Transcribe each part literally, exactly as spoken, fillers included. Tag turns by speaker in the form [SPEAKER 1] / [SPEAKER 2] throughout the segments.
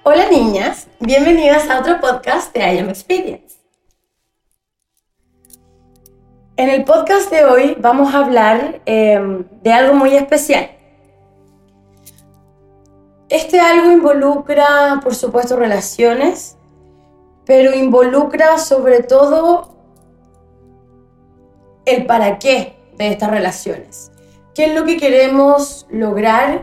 [SPEAKER 1] Hola niñas, bienvenidas a otro podcast de I Am Experience. En el podcast de hoy vamos a hablar eh, de algo muy especial. Este algo involucra, por supuesto, relaciones, pero involucra sobre todo el para qué de estas relaciones. ¿Qué es lo que queremos lograr?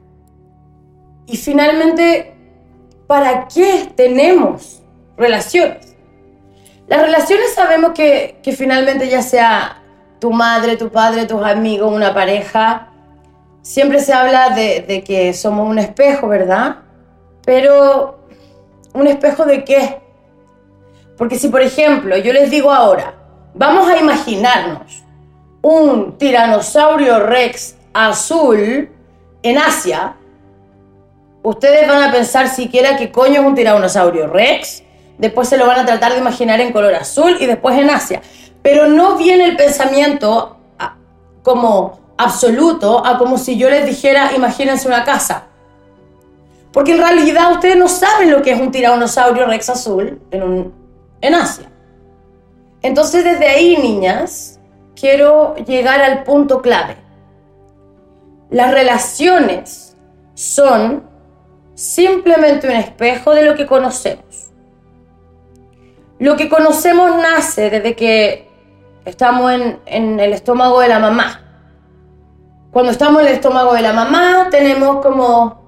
[SPEAKER 1] Y finalmente, ¿para qué tenemos relaciones? Las relaciones sabemos que, que finalmente ya sea tu madre, tu padre, tus amigos, una pareja, siempre se habla de, de que somos un espejo, ¿verdad? Pero, ¿un espejo de qué? Porque si, por ejemplo, yo les digo ahora, vamos a imaginarnos un tiranosaurio rex azul en Asia, ustedes van a pensar siquiera qué coño es un tiranosaurio rex, después se lo van a tratar de imaginar en color azul y después en Asia. Pero no viene el pensamiento a, como absoluto a como si yo les dijera, imagínense una casa. Porque en realidad ustedes no saben lo que es un tiranosaurio rex azul en, un, en Asia. Entonces desde ahí, niñas, quiero llegar al punto clave. Las relaciones son simplemente un espejo de lo que conocemos. Lo que conocemos nace desde que estamos en, en el estómago de la mamá. Cuando estamos en el estómago de la mamá tenemos como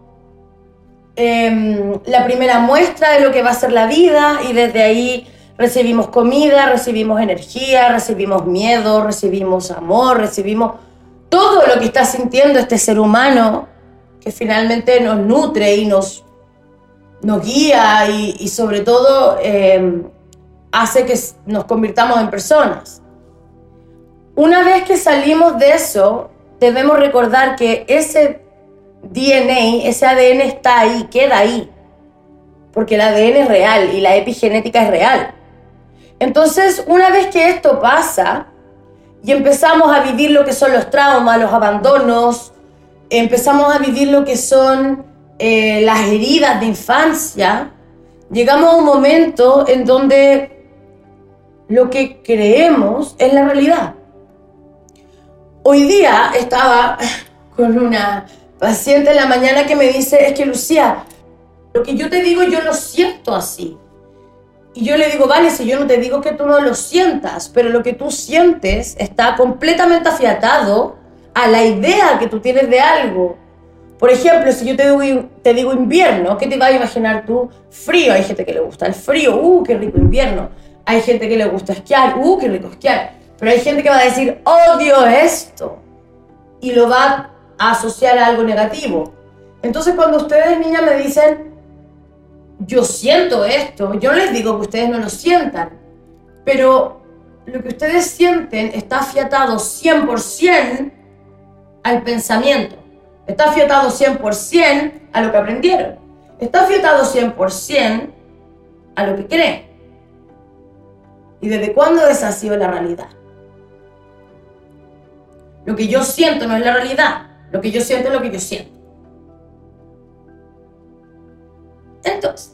[SPEAKER 1] eh, la primera muestra de lo que va a ser la vida y desde ahí recibimos comida, recibimos energía, recibimos miedo, recibimos amor, recibimos todo lo que está sintiendo este ser humano que finalmente nos nutre y nos, nos guía y, y sobre todo eh, hace que nos convirtamos en personas. Una vez que salimos de eso, debemos recordar que ese D N A, ese A D N está ahí, queda ahí, porque el A D N es real y la epigenética es real. Entonces, una vez que esto pasa y empezamos a vivir lo que son los traumas, los abandonos, empezamos a vivir lo que son eh, las heridas de infancia, llegamos a un momento en donde lo que creemos es la realidad. Hoy día estaba con una paciente en la mañana que me dice, es que Lucía, lo que yo te digo yo lo siento así. Y yo le digo, vale, si yo no te digo que tú no lo sientas, pero lo que tú sientes está completamente afiatado a la idea que tú tienes de algo. Por ejemplo, si yo te digo, te digo invierno, ¿qué te vas a imaginar tú? Frío. Hay gente que le gusta el frío, ¡uh, qué rico invierno! Hay gente que le gusta esquiar, ¡uh, qué rico esquiar! Pero hay gente que va a decir, odio esto, y lo va a asociar a algo negativo. Entonces, cuando ustedes, niñas, me dicen, yo siento esto, yo no les digo que ustedes no lo sientan, pero lo que ustedes sienten está afiatado cien por ciento al pensamiento, está afiatado cien por ciento a lo que aprendieron, está afiatado cien por ciento a lo que creen. ¿Y desde cuándo esa ha sido la realidad? Lo que yo siento no es la realidad, lo que yo siento es lo que yo siento. Entonces,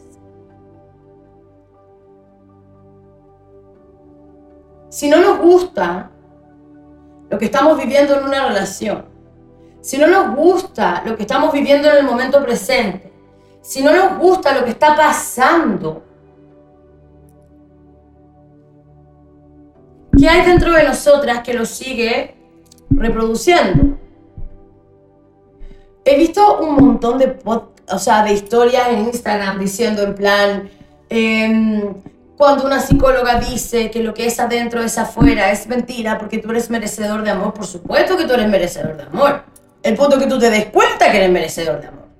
[SPEAKER 1] si no nos gusta lo que estamos viviendo en una relación, si no nos gusta lo que estamos viviendo en el momento presente, si no nos gusta lo que está pasando, ¿qué hay dentro de nosotras que lo sigue reproduciendo? He visto un montón de podcasts, o sea, de historias en Instagram diciendo en plan, eh, cuando una psicóloga dice que lo que es adentro es afuera, es mentira porque tú eres merecedor de amor. Por supuesto que tú eres merecedor de amor. El punto es que tú te des cuenta que eres merecedor de amor.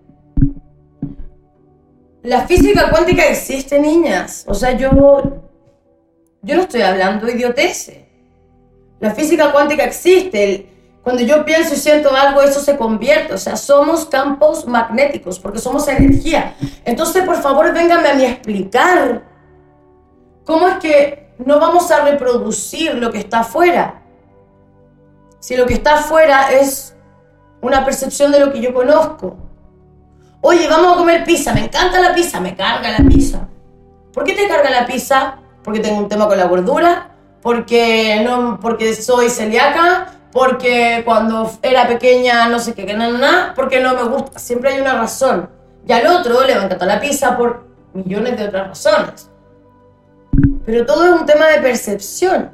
[SPEAKER 1] La física cuántica existe, niñas. O sea, yo, yo no estoy hablando idioteces. La física cuántica existe. El, Cuando yo pienso y siento algo, eso se convierte. O sea, somos campos magnéticos porque somos energía. Entonces, por favor, vénganme a mí a explicar cómo es que no vamos a reproducir lo que está afuera. Si lo que está afuera es una percepción de lo que yo conozco. Oye, vamos a comer pizza, me encanta la pizza, me carga la pizza. ¿Por qué te carga la pizza? Porque tengo un tema con la gordura, porque, no, porque soy celíaca, porque cuando era pequeña no sé qué, nada, nada, porque no me gusta. Siempre hay una razón. Y al otro le va a encantar la pizza por millones de otras razones. Pero todo es un tema de percepción.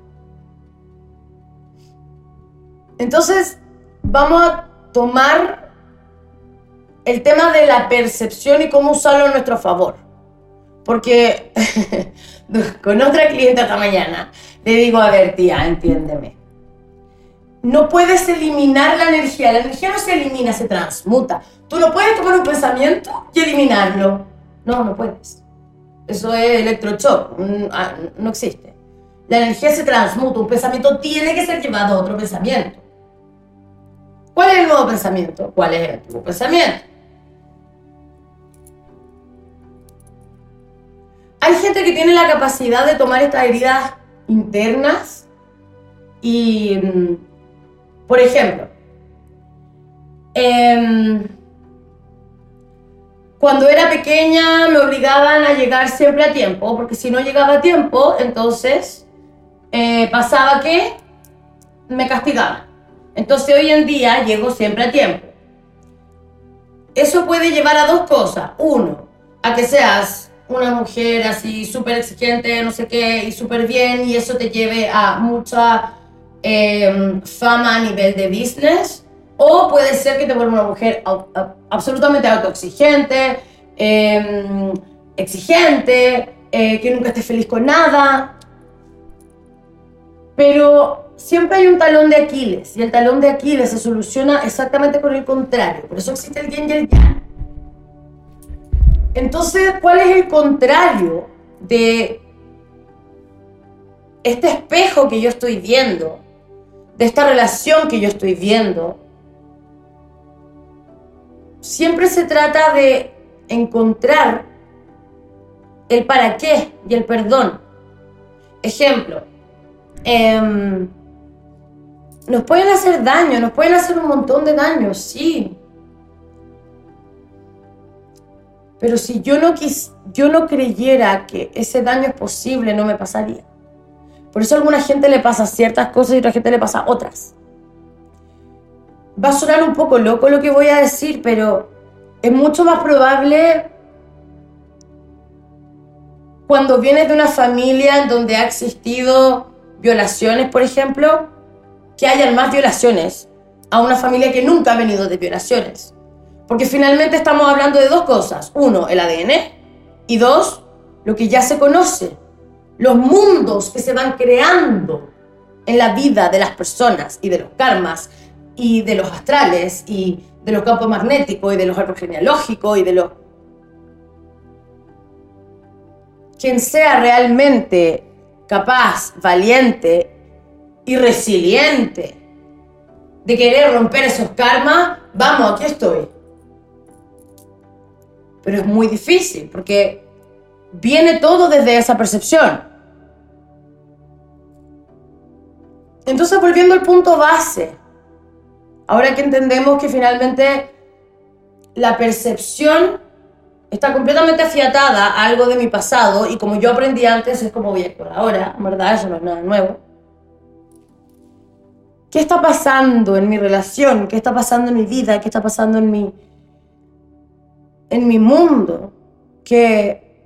[SPEAKER 1] Entonces, vamos a tomar el tema de la percepción y cómo usarlo a nuestro favor. Porque con otra clienta esta mañana le digo, a ver, tía, entiéndeme. No puedes eliminar la energía. La energía no se elimina, se transmuta. Tú no puedes tomar un pensamiento y eliminarlo. No, no puedes. Eso es electroshock. No existe. La energía se transmuta. Un pensamiento tiene que ser llevado a otro pensamiento. ¿Cuál es el nuevo pensamiento? ¿Cuál es el antiguo pensamiento? Hay gente que tiene la capacidad de tomar estas heridas internas y, por ejemplo, eh, cuando era pequeña me obligaban a llegar siempre a tiempo, porque si no llegaba a tiempo, entonces eh, pasaba que me castigaban. Entonces hoy en día llego siempre a tiempo. Eso puede llevar a dos cosas. Uno, a que seas una mujer así súper exigente, no sé qué, y súper bien, y eso te lleve a mucha eh, fama a nivel de business. O puede ser que te vuelva una mujer absolutamente autoexigente, eh, exigente, eh, que nunca esté feliz con nada. Pero siempre hay un talón de Aquiles, y el talón de Aquiles se soluciona exactamente con el contrario. Por eso existe el yin y el yang. Entonces, ¿cuál es el contrario de este espejo que yo estoy viendo, de esta relación que yo estoy viendo? Siempre se trata de encontrar el para qué y el perdón. Ejemplo, eh, nos pueden hacer daño, nos pueden hacer un montón de daño, sí. Pero si yo no, quis, yo no creyera que ese daño es posible, no me pasaría. Por eso a alguna gente le pasa ciertas cosas y a otra gente le pasa otras. Va a sonar un poco loco lo que voy a decir, pero es mucho más probable cuando vienes de una familia en donde ha existido violaciones, por ejemplo, que hayan más violaciones a una familia que nunca ha venido de violaciones. Porque finalmente estamos hablando de dos cosas. Uno, el A D N. Y dos, lo que ya se conoce. Los mundos que se van creando en la vida de las personas y de los karmas y de los astrales y de los campos magnéticos y de los árboles genealógicos y de los... Quien sea realmente capaz, valiente y resiliente de querer romper esos karmas, vamos, aquí estoy. Pero es muy difícil porque viene todo desde esa percepción. Entonces, volviendo al punto base, ahora que entendemos que finalmente la percepción está completamente afiatada a algo de mi pasado y como yo aprendí antes es como voy a actuar ahora, en verdad eso no es nada nuevo. ¿Qué está pasando en mi relación? ¿Qué está pasando en mi vida? ¿Qué está pasando en mi, en mi mundo? Que,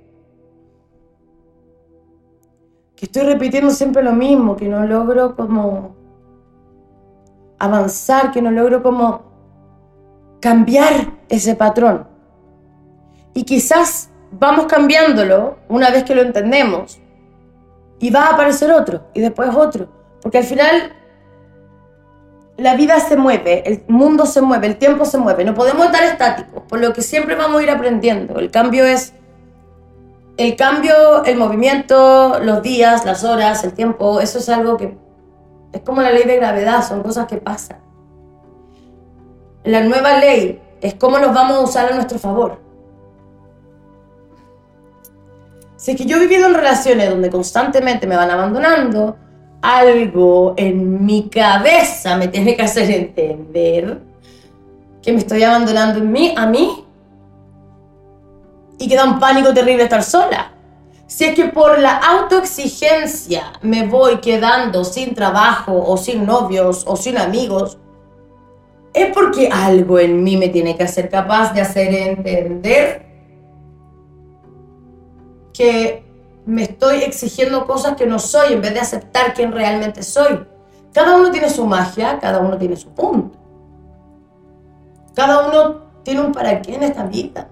[SPEAKER 1] que estoy repitiendo siempre lo mismo, que no logro como avanzar, que no logro como cambiar ese patrón. Y quizás vamos cambiándolo una vez que lo entendemos y va a aparecer otro y después otro, porque al final la vida se mueve, el mundo se mueve, el tiempo se mueve, no podemos estar estáticos, por lo que siempre vamos a ir aprendiendo. El cambio es el cambio, el movimiento, los días, las horas, el tiempo, eso es algo que es como la ley de gravedad, son cosas que pasan. La nueva ley es cómo nos vamos a usar a nuestro favor. Si es que yo he vivido en relaciones donde constantemente me van abandonando, algo en mi cabeza me tiene que hacer entender que me estoy abandonando en mí, a mí y que da un pánico terrible estar sola. Si es que por la autoexigencia me voy quedando sin trabajo o sin novios o sin amigos, es porque algo en mí me tiene que hacer capaz de hacer entender que me estoy exigiendo cosas que no soy en vez de aceptar quién realmente soy. Cada uno tiene su magia, cada uno tiene su punto. Cada uno tiene un para qué en esta vida.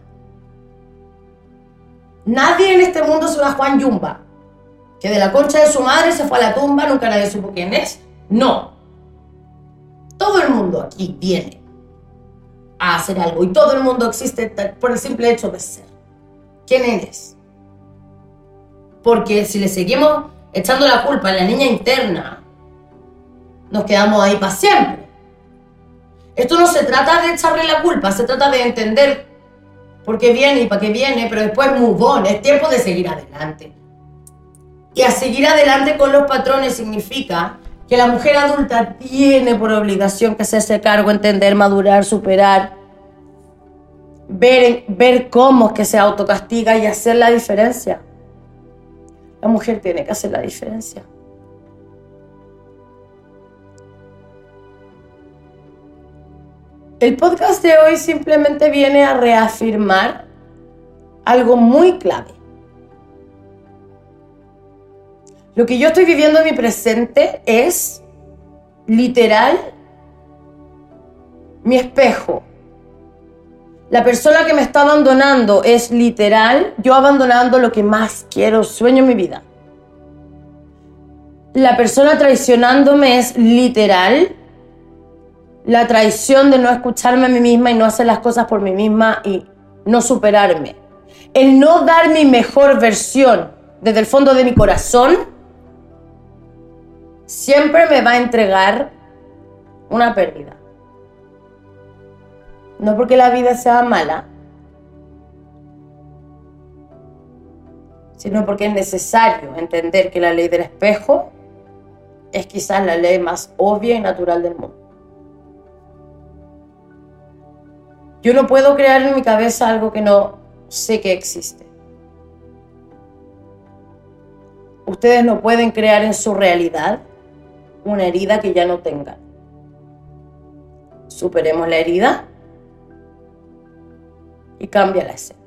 [SPEAKER 1] Nadie en este mundo es una Juan Yumba, que de la concha de su madre se fue a la tumba, nunca nadie supo quién es. No. Todo el mundo aquí viene a hacer algo y todo el mundo existe por el simple hecho de ser. ¿Quién eres? Porque si le seguimos echando la culpa a la niña interna, nos quedamos ahí para siempre. Esto no se trata de echarle la culpa, se trata de entender por qué viene y para qué viene, pero después move on, es tiempo de seguir adelante. Y a seguir adelante con los patrones significa que la mujer adulta tiene por obligación que hacerse cargo, entender, madurar, superar, ver, ver cómo es que se autocastiga y hacer la diferencia. La mujer tiene que hacer la diferencia. El podcast de hoy simplemente viene a reafirmar algo muy clave. Lo que yo estoy viviendo en mi presente es literal mi espejo. La persona que me está abandonando es literal yo abandonando lo que más quiero, sueño en mi vida. La persona traicionándome es literal la traición de no escucharme a mí misma y no hacer las cosas por mí misma y no superarme. El no dar mi mejor versión desde el fondo de mi corazón siempre me va a entregar una pérdida. No porque la vida sea mala, sino porque es necesario entender que la ley del espejo es quizás la ley más obvia y natural del mundo. Yo no puedo crear en mi cabeza algo que no sé que existe. Ustedes no pueden crear en su realidad una herida que ya no tengan. Superemos la herida y cambia la escena.